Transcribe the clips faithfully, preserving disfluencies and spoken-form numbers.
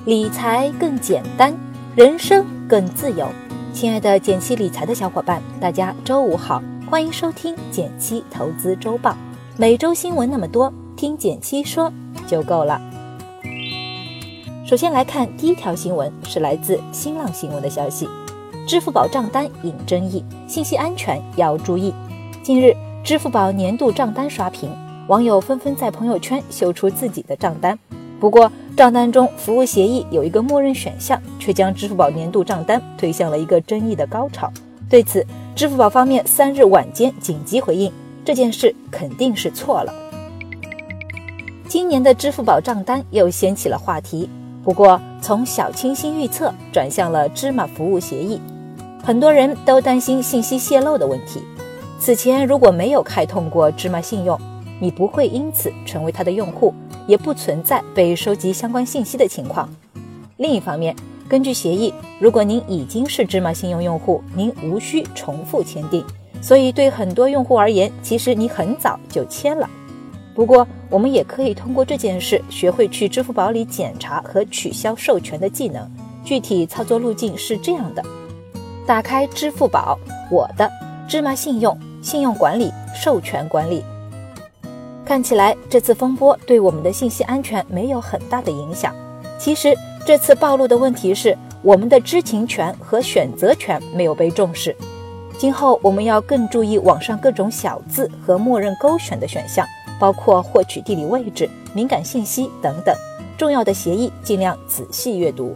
理财更简单，人生更自由。亲爱的减七理财的小伙伴，大家周五好，欢迎收听减七投资周报。每周新闻那么多，听减七说就够了。首先来看第一条新闻，是来自新浪新闻的消息，支付宝账单引争议，信息安全要注意。近日，支付宝年度账单刷屏，网友纷纷在朋友圈秀出自己的账单。不过，账单中服务协议有一个默认选项，却将支付宝年度账单推向了一个争议的高潮。对此，支付宝方面三日晚间紧急回应，这件事肯定是错了。今年的支付宝账单又掀起了话题，不过从小清新预测转向了芝麻服务协议，很多人都担心信息泄露的问题。此前如果没有开通过芝麻信用，你不会因此成为它的用户，也不存在被收集相关信息的情况。另一方面，根据协议，如果您已经是芝麻信用用户，您无需重复签订，所以对很多用户而言，其实你很早就签了。不过，我们也可以通过这件事学会去支付宝里检查和取消授权的技能。具体操作路径是这样的：打开支付宝，我的芝麻信用、信用管理、授权管理。看起来这次风波对我们的信息安全没有很大的影响。其实这次暴露的问题是，我们的知情权和选择权没有被重视。今后我们要更注意网上各种小字和默认勾选的选项，包括获取地理位置、敏感信息等等。重要的协议尽量仔细阅读。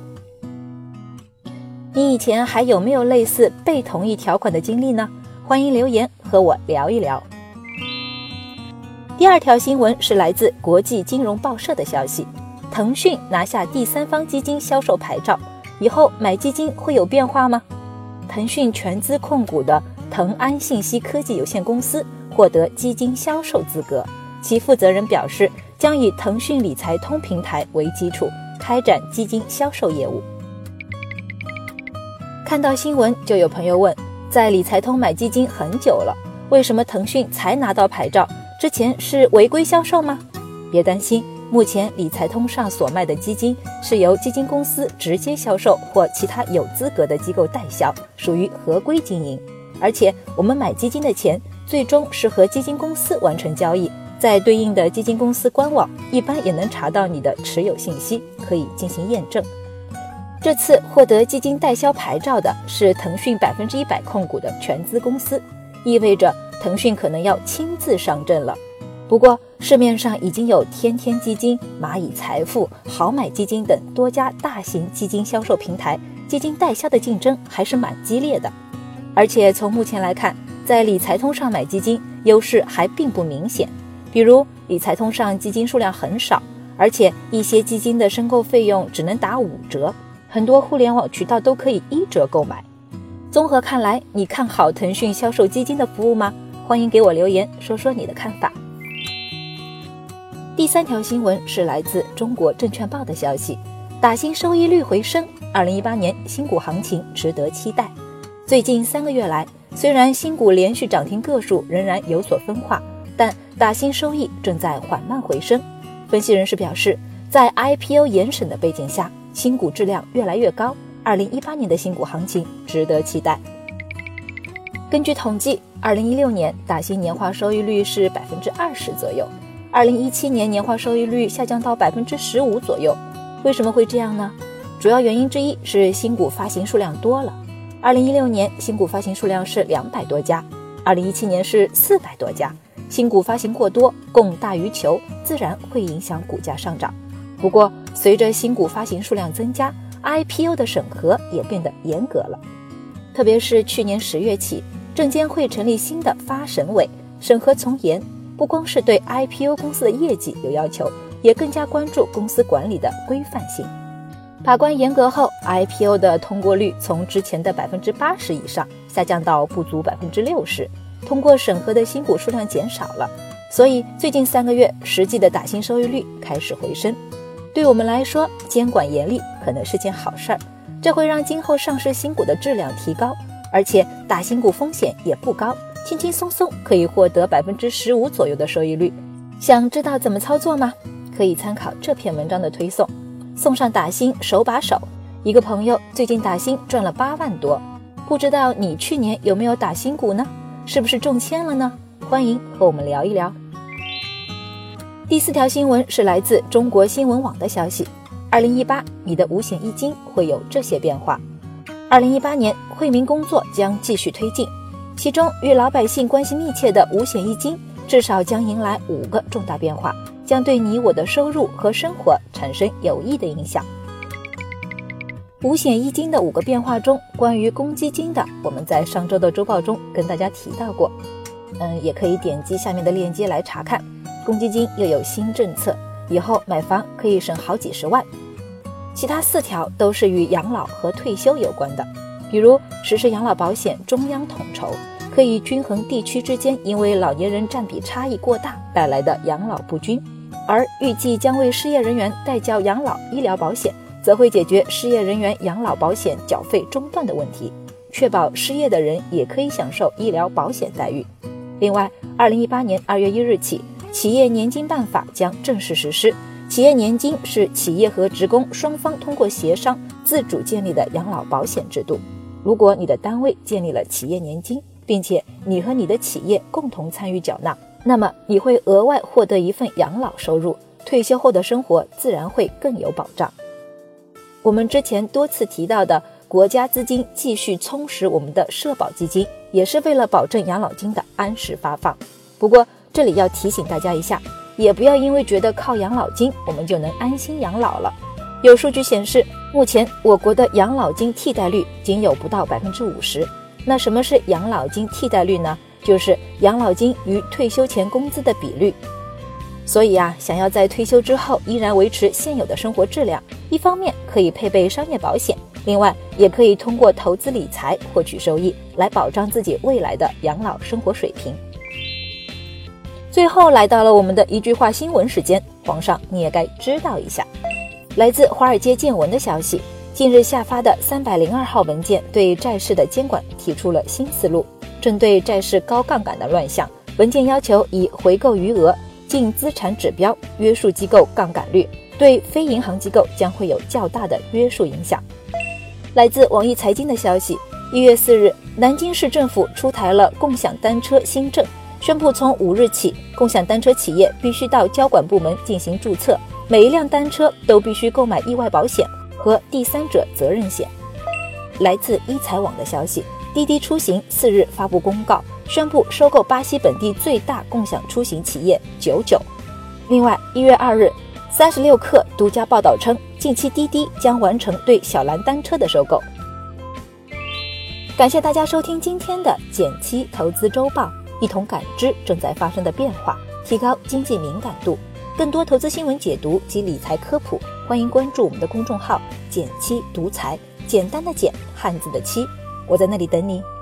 你以前还有没有类似被同意条款的经历呢？欢迎留言和我聊一聊。第二条新闻是来自国际金融报社的消息，腾讯拿下第三方基金销售牌照，以后买基金会有变化吗？腾讯全资控股的腾安信息科技有限公司获得基金销售资格，其负责人表示，将以腾讯理财通平台为基础，开展基金销售业务。看到新闻就有朋友问，在理财通买基金很久了，为什么腾讯才拿到牌照？之前是违规销售吗？别担心，目前理财通上所卖的基金是由基金公司直接销售或其他有资格的机构代销，属于合规经营。而且我们买基金的钱最终是和基金公司完成交易，在对应的基金公司官网一般也能查到你的持有信息，可以进行验证。这次获得基金代销牌照的是腾讯百分之一百控股的全资公司，意味着腾讯可能要亲自上阵了。不过市面上已经有天天基金、蚂蚁财富、好买基金等多家大型基金销售平台，基金代销的竞争还是蛮激烈的。而且从目前来看，在理财通上买基金优势还并不明显，比如理财通上基金数量很少，而且一些基金的申购费用只能打五折，很多互联网渠道都可以一折购买。综合看来，你看好腾讯销售基金的服务吗？欢迎给我留言说说你的看法。第三条新闻是来自中国证券报的消息，打新收益率回升，二零一八年新股行情值得期待。最近三个月来，虽然新股连续涨停个数仍然有所分化，但打新收益正在缓慢回升。分析人士表示，在 I P O 严审的背景下，新股质量越来越高，二零一八年的新股行情值得期待。根据统计，二零一六年打新年化收益率是 百分之二十 左右，二零一七年年化收益率下降到 百分之十五 左右。为什么会这样呢？主要原因之一是新股发行数量多了。二零一六年新股发行数量是两百多家，二零一七年是四百多家。新股发行过多，供大于求，自然会影响股价上涨。不过随着新股发行数量增加， I P O 的审核也变得严格了。特别是去年十月起，证监会成立新的发审委，审核从严，不光是对 I P O 公司的业绩有要求，也更加关注公司管理的规范性。把关严格后， I P O 的通过率从之前的 百分之八十 以上下降到不足 百分之六十， 通过审核的新股数量减少了，所以最近三个月实际的打新收益率开始回升。对我们来说，监管严厉可能是件好事儿，这会让今后上市新股的质量提高，而且打新股风险也不高，轻轻松松可以获得 百分之十五 左右的收益率。想知道怎么操作吗？可以参考这篇文章的推送。 送上打新手把手。一个朋友最近打新赚了八万多，不知道你去年有没有打新股呢？是不是中签了呢？欢迎和我们聊一聊。第四条新闻是来自中国新闻网的消息，二零一八你的五险一金会有这些变化。二零一八年惠民工作将继续推进，其中与老百姓关系密切的五险一金至少将迎来五个重大变化，将对你我的收入和生活产生有益的影响。五险一金的五个变化中，关于公积金的，我们在上周的周报中跟大家提到过，嗯，也可以点击下面的链接来查看。公积金又有新政策，以后买房可以省好几十万。其他四条都是与养老和退休有关的，比如实施养老保险中央统筹，可以均衡地区之间因为老年人占比差异过大带来的养老不均，而预计将为失业人员代缴养老医疗保险，则会解决失业人员养老保险缴费中断的问题，确保失业的人也可以享受医疗保险待遇。另外，二零一八年二月一日起，企业年金办法将正式实施。企业年金是企业和职工双方通过协商自主建立的养老保险制度。如果你的单位建立了企业年金，并且你和你的企业共同参与缴纳，那么你会额外获得一份养老收入，退休后的生活自然会更有保障。我们之前多次提到的国家资金继续充实我们的社保基金，也是为了保证养老金的安时发放。不过这里要提醒大家一下，也不要因为觉得靠养老金我们就能安心养老了。有数据显示，目前我国的养老金替代率仅有不到 百分之五十。 那什么是养老金替代率呢？就是养老金与退休前工资的比率。所以啊，想要在退休之后依然维持现有的生活质量，一方面可以配备商业保险，另外也可以通过投资理财获取收益，来保障自己未来的养老生活水平。最后来到了我们的一句话新闻时间，皇上你也该知道一下。来自华尔街见闻的消息，近日下发的三百零二号文件对债市的监管提出了新思路。针对债市高杠杆的乱象，文件要求以回购余额、净资产指标约束机构杠杆率，对非银行机构将会有较大的约束影响。来自网易财经的消息，一月四日，南京市政府出台了共享单车新政，宣布从五日起，共享单车企业必须到交管部门进行注册，每一辆单车都必须购买意外保险和第三者责任险。来自一财网的消息，滴滴出行四日发布公告，宣布收购巴西本地最大共享出行企业九九。另外，一月二日，三十六氪独家报道称，近期滴滴将完成对小蓝单车的收购。感谢大家收听今天的减七投资周报，一同感知正在发生的变化，提高经济敏感度。更多投资新闻解读及理财科普，欢迎关注我们的公众号减七独裁，简单的简，汉字的七，我在那里等你。